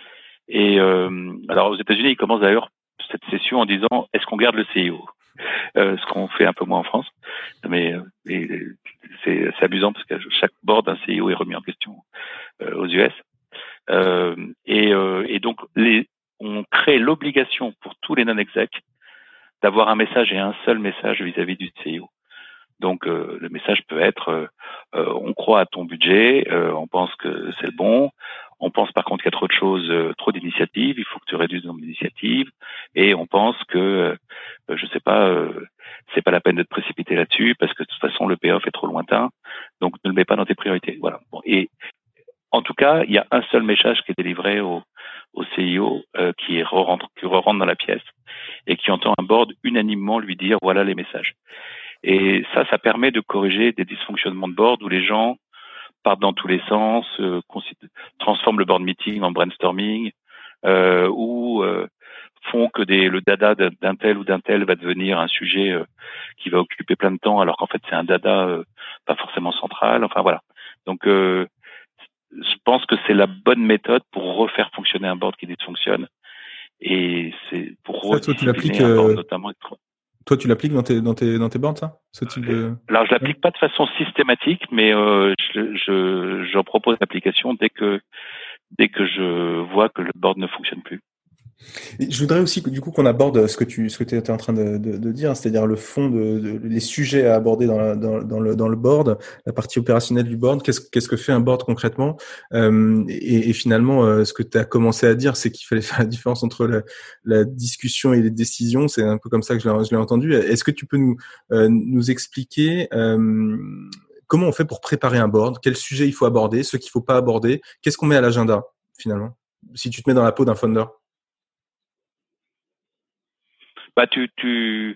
Et euh, alors aux États-Unis, ils commencent d'ailleurs cette session en disant, est-ce qu'on garde le C I O? Euh, ce qu'on fait un peu moins en France, mais euh, et, c'est, c'est amusant parce que chaque board d'un C I O est remis en question euh, aux U S. Euh, et, euh, et donc les, on crée l'obligation pour tous les non-execs d'avoir un message et un seul message vis-à-vis du C I O. Donc euh, le message peut être euh, euh, on croit à ton budget, euh, on pense que c'est le bon, on pense par contre qu'il y a trop de choses, euh, trop d'initiatives, il faut que tu réduises le nombre d'initiatives, et on pense que euh, je sais pas, euh, c'est pas la peine de te précipiter là-dessus parce que de toute façon le payoff est trop lointain, donc ne le mets pas dans tes priorités. Voilà. Bon, et en tout cas, il y a un seul message qui est délivré au, au C I O euh, qui est re-rentre, qui re-rentre dans la pièce et qui entend un board unanimement lui dire voilà les messages. Et ça, ça permet de corriger des dysfonctionnements de board où les gens partent dans tous les sens, euh, transforment le board meeting en brainstorming, euh, ou euh, font que des, le dada d'un tel ou d'un tel va devenir un sujet euh, qui va occuper plein de temps, alors qu'en fait c'est un dada euh, pas forcément central. Enfin voilà. Donc euh, je pense que c'est la bonne méthode pour refaire fonctionner un board qui dysfonctionne. Et c'est pour Ça, toi, tu l'appliques, rediscipliner un board euh, notamment. toi, tu l'appliques dans tes, dans tes, dans tes boards, ça? Ce type de... Alors, je l'applique pas de façon systématique, mais euh, je, je, j'en propose l'application dès que dès que je vois que le board ne fonctionne plus. Et je voudrais aussi que, du coup, qu'on aborde ce que tu, ce que tu étais en train de, de, de dire, c'est-à-dire le fond de, de les sujets à aborder dans, la, dans, dans le, dans le board, la partie opérationnelle du board. Qu'est-ce, qu'est-ce que fait un board concrètement? Euh, et, et finalement, euh, ce que tu as commencé à dire, c'est qu'il fallait faire la différence entre la, la discussion et les décisions. C'est un peu comme ça que je l'ai, je l'ai entendu. Est-ce que tu peux nous, euh, nous expliquer euh, comment on fait pour préparer un board? Quels sujets il faut aborder? Ceux qu'il faut pas aborder? Qu'est-ce qu'on met à l'agenda finalement? Si tu te mets dans la peau d'un founder. Bah, tu, tu,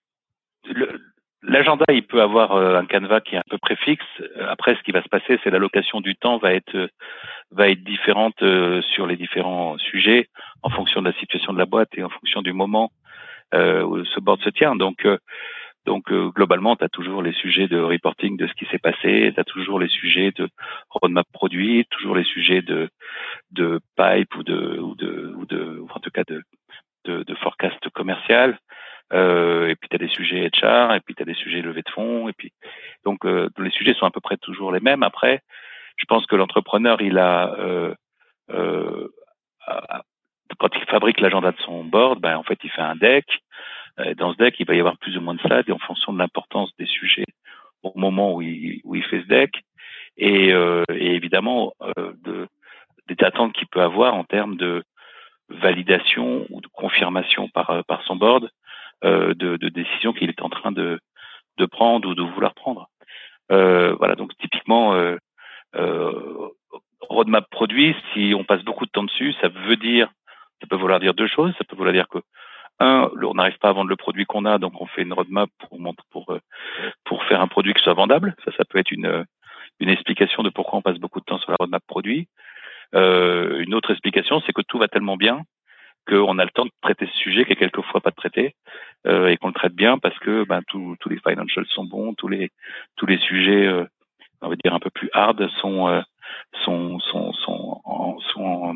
le, l'agenda, il peut avoir euh, un canevas qui est un peu préfixe. Après, ce qui va se passer, c'est l'allocation du temps va être euh, va être différente euh, sur les différents sujets en fonction de la situation de la boîte et en fonction du moment euh, où ce board se tient. Donc, euh, donc euh, globalement, tu as toujours les sujets de reporting de ce qui s'est passé, tu as toujours les sujets de roadmap produit, toujours les sujets de de pipe ou de ou de ou de ou en tout cas de De, de forecast commercial, euh, et puis tu as des sujets H R, et puis tu as des sujets levée de fonds, et puis donc euh, les sujets sont à peu près toujours les mêmes. Après, je pense que l'entrepreneur, il a, euh, euh, a, quand il fabrique l'agenda de son board, ben en fait il fait un deck. Dans ce deck, il va y avoir plus ou moins de slides, et en fonction de l'importance des sujets au moment où il, où il fait ce deck, et, euh, et évidemment euh, de, des attentes qu'il peut avoir en termes de validation ou de confirmation par par son board euh, de, de décisions qu'il est en train de de prendre ou de vouloir prendre. Euh, voilà, donc typiquement euh, euh, roadmap produit, si on passe beaucoup de temps dessus, ça veut dire, ça peut vouloir dire deux choses. Ça peut vouloir dire que un, on n'arrive pas à vendre le produit qu'on a, donc on fait une roadmap pour pour pour faire un produit qui soit vendable. Ça, ça peut être une une explication de pourquoi on passe beaucoup de temps sur la roadmap produit. Euh, une autre explication, c'est que tout va tellement bien qu'on a le temps de traiter ce sujet qui est quelquefois pas traité, euh, et qu'on le traite bien parce que ben tous tous les financials sont bons, tous les tous les sujets, euh, on va dire un peu plus hard, sont euh, sont sont sont en, sont, en,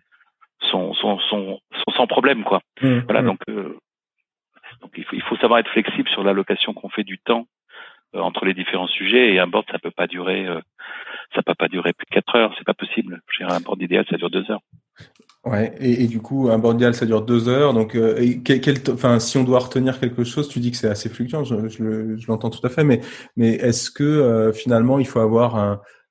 sont sont sont sont sans problème quoi. Mmh, voilà mmh. donc euh, donc il faut il faut savoir être flexible sur l'allocation qu'on fait du temps euh, entre les différents sujets, et un board ça peut pas durer euh, ça peut pas durer plus de quatre heures, c'est pas possible. Je dirais un board idéal ça dure deux heures. Ouais, et, et du coup, un board idéal, ça dure deux heures. Donc, euh, et quel, quel, enfin, si on doit retenir quelque chose, tu dis que c'est assez fluctuant. Je, je, je l'entends tout à fait, mais, mais est-ce que euh, finalement, il faut avoir un,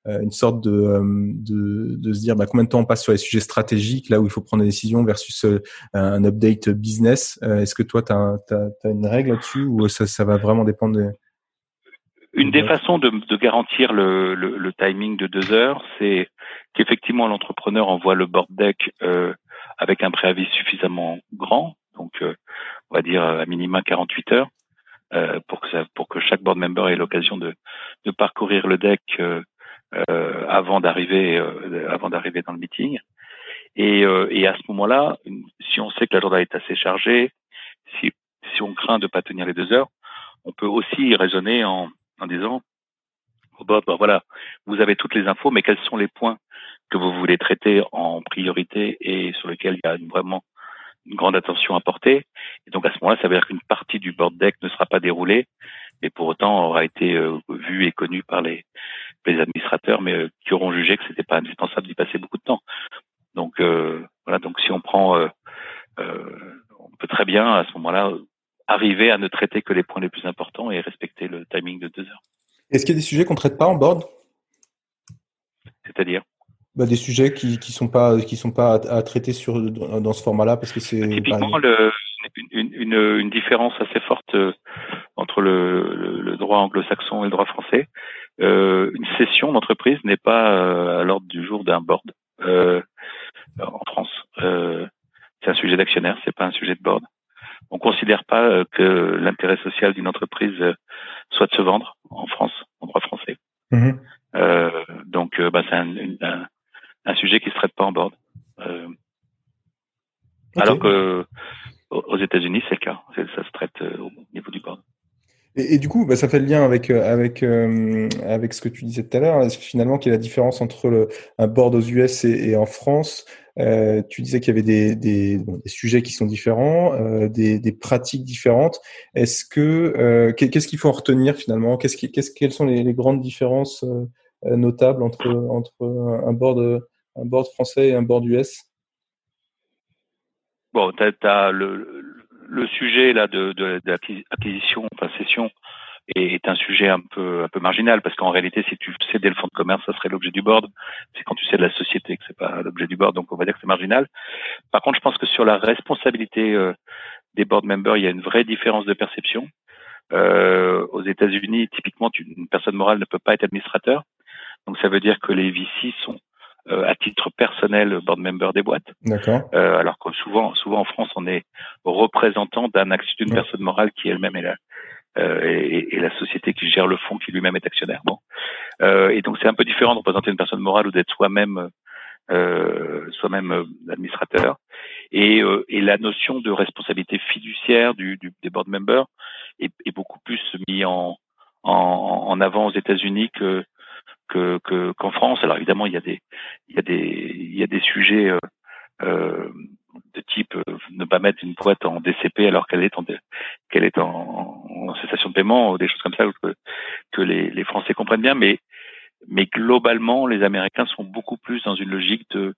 euh, une sorte de, euh, de de se dire bah, combien de temps on passe sur les sujets stratégiques, là où il faut prendre des décisions versus euh, un update business. Euh, est-ce que toi, tu as une règle là-dessus ou ça, ça va vraiment dépendre des... Une des façons de, de garantir le, le, le timing de deux heures, c'est qu'effectivement l'entrepreneur envoie le board deck euh, avec un préavis suffisamment grand, donc euh, on va dire à minima quarante-huit heures, euh, pour que ça, pour que chaque board member ait l'occasion de, de parcourir le deck euh, euh, avant d'arriver euh, avant d'arriver dans le meeting. Et, euh, et à ce moment-là, si on sait que la journée est assez chargée, si si on craint de pas tenir les deux heures, on peut aussi raisonner en en disant au board, ben voilà, vous avez toutes les infos, mais quels sont les points que vous voulez traiter en priorité et sur lesquels il y a une, vraiment une grande attention à porter. Et donc à ce moment-là, ça veut dire qu'une partie du board deck ne sera pas déroulée, et pour autant aura été euh, vue et connue par les, les administrateurs, mais euh, qui auront jugé que c'était pas indispensable d'y passer beaucoup de temps. Donc euh, voilà, donc si on prend, euh, euh, on peut très bien à ce moment-là arriver à ne traiter que les points les plus importants et respecter le timing de deux heures. Est-ce qu'il y a des sujets qu'on traite pas en board? C'est-à-dire? Bah, des sujets qui qui sont pas qui sont pas à, à traiter sur dans ce format-là parce que c'est typiquement le, une, une, une différence assez forte entre le, le, le droit anglo-saxon et le droit français. Euh, une session d'entreprise n'est pas à l'ordre du jour d'un board euh, en France. Euh, c'est un sujet d'actionnaire, c'est pas un sujet de board. On considère pas que l'intérêt social d'une entreprise soit de se vendre en France, en droit français. Mmh. Euh, donc, bah, c'est un, un, un sujet qui se traite pas en board. Euh, okay. Alors que aux États-Unis, c'est le cas. Ça se traite au niveau du board. Et, et du coup, bah, ça fait le lien avec avec euh, avec ce que tu disais tout à l'heure. Finalement, quelle est la différence entre le, un board aux U S et, et en France? Euh, tu disais qu'il y avait des, des, bon, des sujets qui sont différents, euh, des, des pratiques différentes. Est-ce que euh, qu'est-ce qu'il faut en retenir finalement? Qu'est-ce qui, qu'est-ce, quelles sont les, les grandes différences euh, notables entre entre un board un board français et un board U S? Bon, t'as, t'as le le sujet là de de, de l'acquisition, enfin cession, est un sujet un peu un peu marginal parce qu'en réalité, si tu cédais le fonds de commerce, ça serait l'objet du board. C'est quand tu cèdes la société que c'est pas l'objet du board, donc on va dire que c'est marginal. Par contre, je pense que sur la responsabilité euh, des board members, il y a une vraie différence de perception. Euh, aux États-Unis, typiquement, tu, une personne morale ne peut pas être administrateur, donc ça veut dire que les V C sont euh, à titre personnel board member des boîtes. D'accord. Euh, alors que souvent, souvent en France, on est représentant d'un action d'une ouais. personne morale qui elle-même est là. Euh, et, et la société qui gère le fonds qui lui-même est actionnaire. Bon, euh, et donc c'est un peu différent de représenter une personne morale ou d'être soi-même, euh, soi-même euh, administrateur. Et, euh, et la notion de responsabilité fiduciaire du, du des board members est, est beaucoup plus mis en, en, en avant aux États-Unis que, que, que qu'en France. Alors évidemment, il y a des, il y a des, il y a des sujets. Euh, euh, de type euh, ne pas mettre une boîte en D C P alors qu'elle est en qu'elle est en, en cessation de paiement ou des choses comme ça que, que les, les Français comprennent bien, mais mais globalement les Américains sont beaucoup plus dans une logique de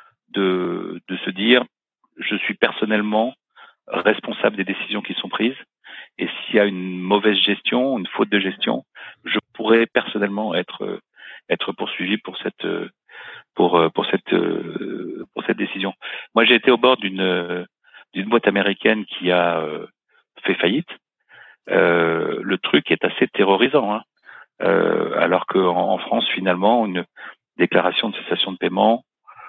de de se dire je suis personnellement responsable des décisions qui sont prises et s'il y a une mauvaise gestion, une faute de gestion, je pourrais personnellement être être poursuivi pour cette pour pour cette pour cette décision. Moi, j'ai été au bord d'une d'une boîte américaine qui a fait faillite. Euh, le truc est assez terrorisant, hein. Euh, alors qu'en en France, finalement, une déclaration de cessation de paiement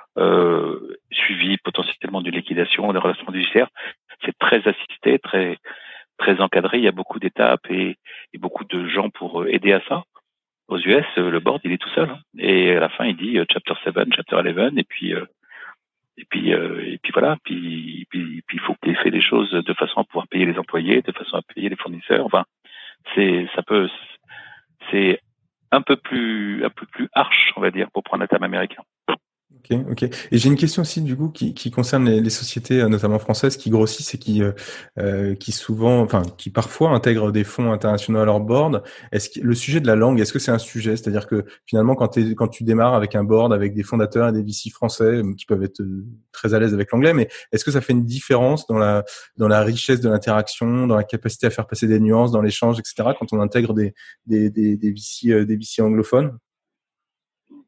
euh, suivie potentiellement d'une liquidation, d'un redressement judiciaire, c'est très assisté, très très encadré. Il y a beaucoup d'étapes et, et beaucoup de gens pour aider à ça. Aux U S, le board, il est tout seul. Hein. Et à la fin, il dit euh, chapter sept, chapter eleven, et puis, euh, et puis, euh, et puis voilà. Puis, puis, puis, il faut qu'il ait fait les choses de façon à pouvoir payer les employés, de façon à payer les fournisseurs. Enfin, c'est, ça peut, c'est un peu plus, un peu plus harsh, on va dire, pour prendre un terme américain. Ok, ok. Et j'ai une question aussi du coup qui, qui concerne les, les sociétés, notamment françaises, qui grossissent et qui, euh, qui souvent, enfin, qui parfois intègrent des fonds internationaux à leur board. Est-ce que le sujet de la langue, est-ce que c'est un sujet? C'est-à-dire que finalement, quand, t'es, quand tu démarres avec un board, avec des fondateurs et des V C français qui peuvent être très à l'aise avec l'anglais, mais est-ce que ça fait une différence dans la dans la richesse de l'interaction, dans la capacité à faire passer des nuances, dans l'échange, et cetera, quand on intègre des des des, des V C des V C anglophones?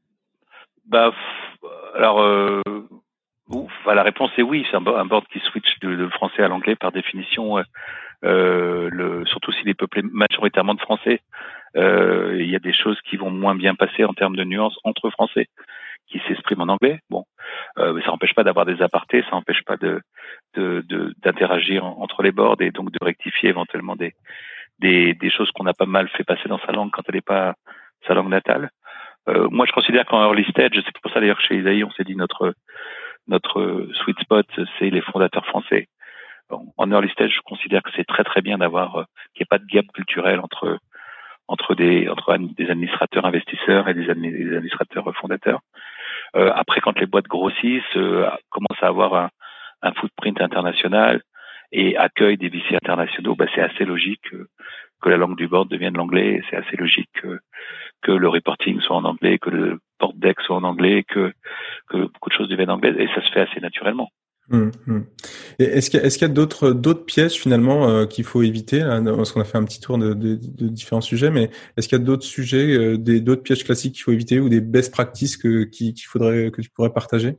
Bah, f- alors, euh, ouf, bah, la réponse est oui. C'est un, bo- un board qui switch de, de français à l'anglais par définition. Euh, euh, le, surtout s'il est peuplé majoritairement de français, euh, il y a des choses qui vont moins bien passer en termes de nuances entre français qui s'expriment en anglais. Bon, euh, mais ça n'empêche pas d'avoir des apartés, ça n'empêche pas de, de, de d'interagir en- entre les boards et donc de rectifier éventuellement des des, des choses qu'on a pas mal fait passer dans sa langue quand elle n'est pas sa langue natale. Euh, moi, je considère qu'en early stage, c'est pour ça d'ailleurs que chez Isaïe, on s'est dit notre notre sweet spot, c'est les fondateurs français. Bon, en early stage, je considère que c'est très très bien d'avoir euh, qu'il n'y ait pas de gap culturel entre entre des entre des administrateurs investisseurs et des, admi- des administrateurs fondateurs. Euh, après, quand les boîtes grossissent, euh, commencent à avoir un, un footprint international et accueillent des V C internationaux, bah, c'est assez logique que, que la langue du board devienne l'anglais. C'est assez logique que, que le reporting soit en anglais, que le board deck soit en anglais, que, que beaucoup de choses deviennent anglaises. Et ça se fait assez naturellement. Hum, hum. Et est-ce qu'il y a, est-ce qu'il y a d'autres d'autres pièges finalement euh, qu'il faut éviter là, parce qu'on a fait un petit tour de, de, de différents sujets, mais est-ce qu'il y a d'autres sujets, euh, des d'autres pièges classiques qu'il faut éviter ou des best practices que qui- qu'il faudrait que tu pourrais partager?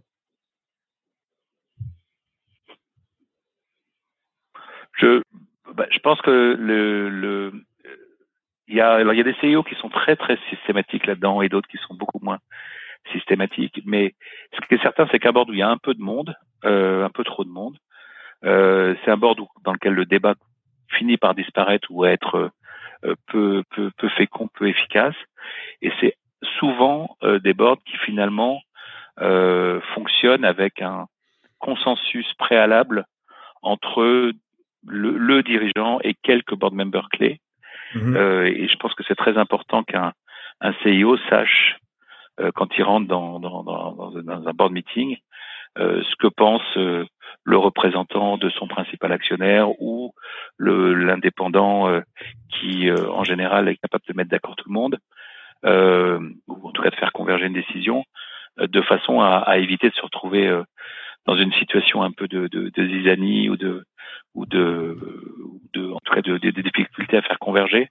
Je, bah, je pense que le, le, il y a, alors il y a des C E O qui sont très très systématiques là-dedans et d'autres qui sont beaucoup moins systématiques. Mais ce qui est certain, c'est qu'un board où il y a un peu de monde, euh, un peu trop de monde, euh, c'est un board où, dans lequel le débat finit par disparaître ou être euh, peu, peu, peu fécond, peu efficace. Et c'est souvent euh, des boards qui finalement euh, fonctionnent avec un consensus préalable entre le, le dirigeant et quelques board members clés. Mmh. Euh, et je pense que c'est très important qu'un un C E O sache, euh, quand il rentre dans, dans, dans, dans un board meeting, euh, ce que pense euh, le représentant de son principal actionnaire ou le l'indépendant euh, qui, euh, en général, est capable de mettre d'accord tout le monde, euh, ou en tout cas de faire converger une décision, euh, de façon à, à éviter de se retrouver euh, dans une situation un peu de, de, de zizanie ou de ou de, ou de en tout cas de, de, de difficultés à faire converger,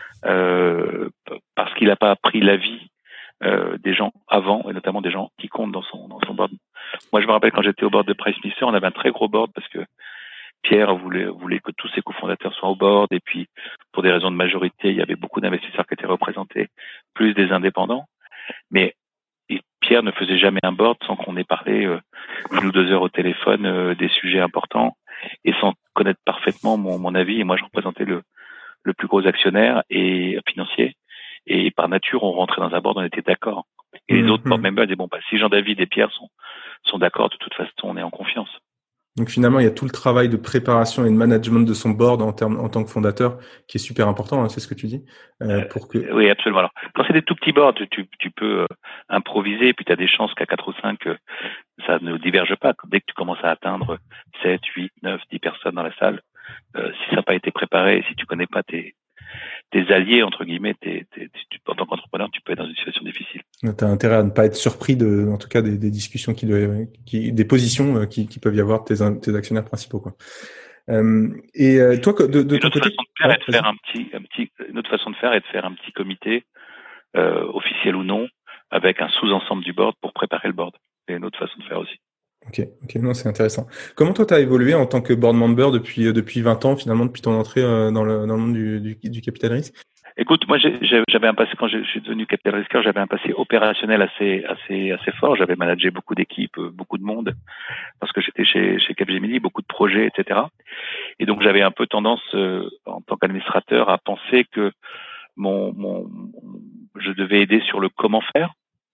euh, parce qu'il n'a pas appris l'avis euh, des gens avant, et notamment des gens qui comptent dans son dans son board. Moi, je me rappelle quand j'étais au board de PriceSmith, on avait un très gros board parce que Pierre voulait voulait que tous ses cofondateurs soient au board, et puis pour des raisons de majorité, il y avait beaucoup d'investisseurs qui étaient représentés, plus des indépendants. Mais et Pierre ne faisait jamais un board sans qu'on ait parlé euh, une ou deux heures au téléphone euh, des sujets importants et sans connaître parfaitement mon, mon avis. Et moi, je représentais le, le plus gros actionnaire et euh, financier. Et par nature, on rentrait dans un board, on était d'accord. Et les Mmh, autres board mmh. members disaient, bon, bah, si Jean-David et Pierre sont, sont d'accord, de toute façon, on est en confiance. Donc finalement, il y a tout le travail de préparation et de management de son board en termes en tant que fondateur qui est super important, hein, c'est ce que tu dis, euh, pour que. Euh, oui, absolument. Alors, quand c'est des tout petits boards, tu, tu peux euh, improviser, puis tu as des chances qu'à quatre ou cinq, euh, ça ne diverge pas. Dès que tu commences à atteindre sept, huit, neuf, dix personnes dans la salle, euh, si ça n'a pas été préparé, si tu connais pas tes, tes alliés, entre guillemets, t'es, t'es, tu, en tant qu'entrepreneur, tu peux être dans une situation difficile. Tu as intérêt à ne pas être surpris de, en tout cas, des, des discussions qui doivent, qui, des positions euh, qui, qui peuvent y avoir de tes, tes actionnaires principaux, quoi. Euh, et euh, toi, de, de une ton autre côté, façon de faire ouais, est de faire un petit, un petit, une autre façon de faire est de faire un petit comité, euh, officiel ou non, avec un sous-ensemble du board pour préparer le board. C'est une autre façon de faire aussi. Ok, ok, non, c'est intéressant. Comment toi, tu as évolué en tant que board member depuis euh, depuis vingt ans, finalement, depuis ton entrée euh, dans le dans le monde du, du, du capital risque? Écoute, moi j'ai, j'avais un passé, quand je suis devenu capital risqueur, j'avais un passé opérationnel assez assez assez fort. J'avais managé beaucoup d'équipes, beaucoup de monde, parce que j'étais chez chez Capgemini, beaucoup de projets, et cetera. Et donc j'avais un peu tendance, euh, en tant qu'administrateur, à penser que mon, mon je devais aider sur le comment faire.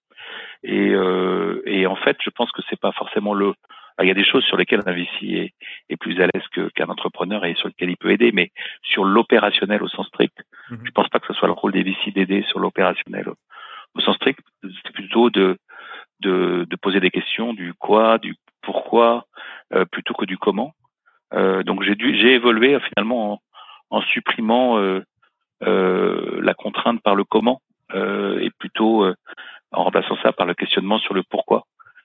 Et, euh, et en fait, je pense que c'est pas forcément le. Il y a des choses sur lesquelles un V C est, est plus à l'aise que, qu'un entrepreneur et sur lesquelles il peut aider, mais sur l'opérationnel au sens strict, Mhm. je pense pas que ce soit le rôle des V C d'aider sur l'opérationnel au, au sens strict. C'est plutôt de, de de poser des questions du quoi, du pourquoi, euh, plutôt que du comment. Euh, donc j'ai dû, j'ai évolué euh, finalement en, en supprimant euh, euh, la contrainte par le comment euh, et plutôt euh, en remplaçant ça par le questionnement sur le pourquoi.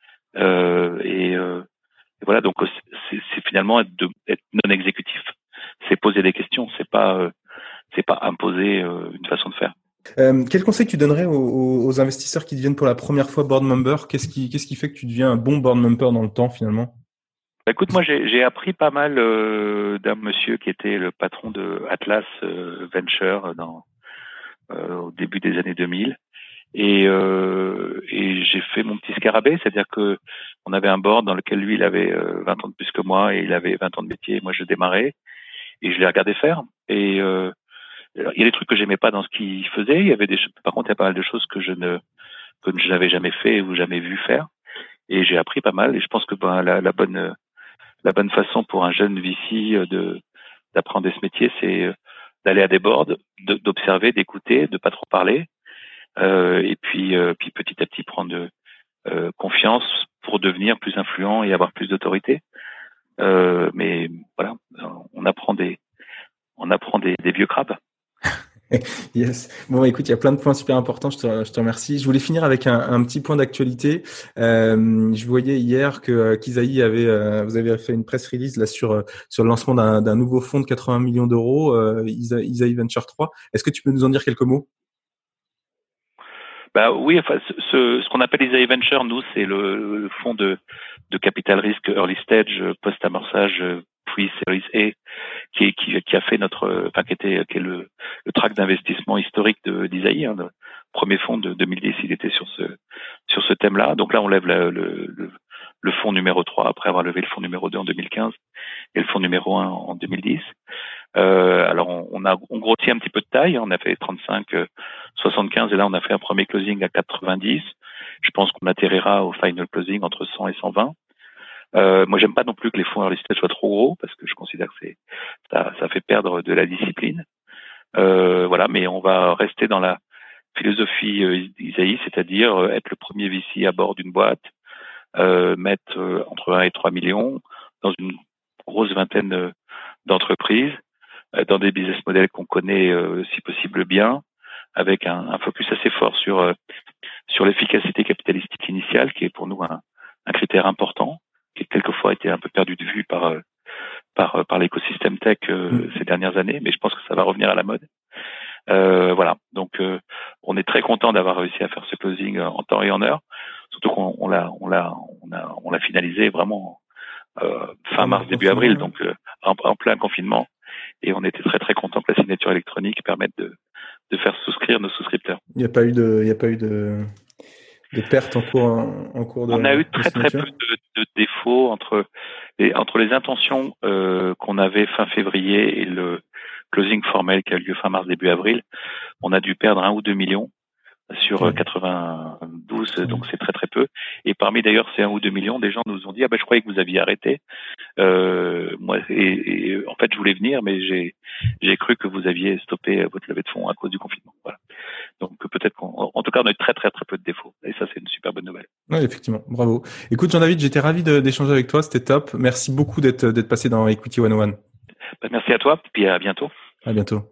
Euh, et, euh, et voilà, donc c'est, c'est finalement être, de, être non exécutif. C'est poser des questions, c'est pas euh, c'est pas imposer euh, une façon de faire. Euh, quel conseil tu donnerais aux, aux investisseurs qui deviennent pour la première fois board member? Qu'est-ce qui, qu'est-ce qui fait que tu deviens un bon board member dans le temps finalement? Bah, écoute, moi j'ai, j'ai appris pas mal euh, d'un monsieur qui était le patron de Atlas euh, Venture dans, euh, au début des années deux mille. Et, euh, et j'ai fait mon petit scarabée, c'est-à-dire que on avait un board dans lequel lui il avait euh, vingt ans de plus que moi et il avait vingt ans de métier. Et moi je démarrais et je l'ai regardé faire. Et euh, il y a des trucs que j'aimais pas dans ce qu'il faisait. Il y avait des, par contre il y a pas mal de choses que je ne que je n'avais jamais fait ou jamais vu faire. Et j'ai appris pas mal. Et je pense que ben la, la bonne la bonne façon pour un jeune V C de d'apprendre ce métier, c'est d'aller à des boards, de, d'observer, d'écouter, de pas trop parler. Euh, et puis, euh, puis petit à petit prendre euh, confiance pour devenir plus influent et avoir plus d'autorité. Euh, mais voilà, on apprend des, on apprend des, des vieux crabes. Yes. Bon, écoute, il y a plein de points super importants. Je te, je te remercie. Je voulais finir avec un, un petit point d'actualité. Euh, je voyais hier que euh, qu'Isaïe avait, euh, vous avez fait une press release là sur euh, sur le lancement d'un, d'un nouveau fonds de quatre-vingts millions d'euros, euh, Isaïe Venture trois. Est-ce que tu peux nous en dire quelques mots? Bah oui, enfin, ce, ce qu'on appelle Isaïe Venture, nous, c'est le, le fonds de, de capital risque early stage, post-amorçage, pre-series A, qui, qui, qui a fait notre, enfin, qui était, qui est le, le track d'investissement historique de d'Isaïe, hein, le premier fonds de deux mille dix, il était sur ce, sur ce thème-là. Donc là, on lève la, le, le, le fonds numéro trois après avoir levé le fonds numéro deux en deux mille quinze et le fonds numéro un en deux mille dix. Euh, alors on, on a on grossit un petit peu de taille, on a fait trente-cinq, soixante-quinze et là on a fait un premier closing à quatre-vingt-dix. Je pense qu'on atterrira au final closing entre cent et cent vingt. Euh, moi j'aime pas non plus que les fonds early stage soient trop gros parce que je considère que c'est ça, ça fait perdre de la discipline. Euh, voilà, mais on va rester dans la philosophie euh, d'Isaïe, c'est-à-dire euh, être le premier V C à bord d'une boîte, euh, mettre euh, entre un et trois millions dans une grosse vingtaine euh, d'entreprises, dans des business models qu'on connaît euh, si possible bien, avec un, un focus assez fort sur euh, sur l'efficacité capitalistique initiale, qui est pour nous un, un critère important, qui quelquefois a été un peu perdu de vue par euh, par par l'écosystème tech euh, mmh. ces dernières années, mais je pense que ça va revenir à la mode. Euh, voilà, donc euh, on est très content d'avoir réussi à faire ce closing en temps et en heure, surtout qu'on on l'a on l'a on a on l'a finalisé vraiment euh, fin mars début avril, donc euh, en, en plein confinement. Et on était très très content que la signature électronique permette de, de faire souscrire nos souscripteurs. Il n'y a pas eu de, il n'y a pas eu de, de pertes en cours, en cours de. On a eu très très peu de, de défauts entre les, entre les intentions euh, qu'on avait fin février et le closing formel qui a eu lieu fin mars début avril. On a dû perdre un ou deux millions sur ouais. quatre-vingt-douze, ouais. Donc c'est très très peu. Et parmi d'ailleurs ces un ou deux millions, des gens nous ont dit ah ben je croyais que vous aviez arrêté. Euh, moi et, et en fait je voulais venir, mais j'ai j'ai cru que vous aviez stoppé votre levée de fonds à cause du confinement. Voilà. Donc peut-être qu'en en tout cas on a eu très très très peu de défauts. Et ça c'est une super bonne nouvelle. Oui, effectivement, bravo. Écoute Jean-David, j'étais ravi de, d'échanger avec toi, c'était top. Merci beaucoup d'être d'être passé dans Equity cent un. Ben, merci à toi, puis à bientôt. À bientôt.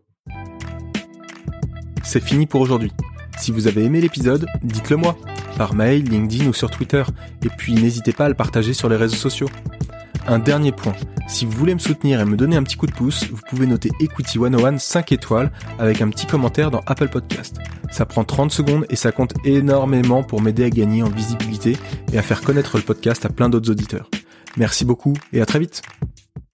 C'est fini pour aujourd'hui. Si vous avez aimé l'épisode, dites-le moi, par mail, LinkedIn ou sur Twitter, et puis n'hésitez pas à le partager sur les réseaux sociaux. Un dernier point, si vous voulez me soutenir et me donner un petit coup de pouce, vous pouvez noter Equity cent un cinq étoiles avec un petit commentaire dans Apple Podcast. Ça prend trente secondes et ça compte énormément pour m'aider à gagner en visibilité et à faire connaître le podcast à plein d'autres auditeurs. Merci beaucoup et à très vite.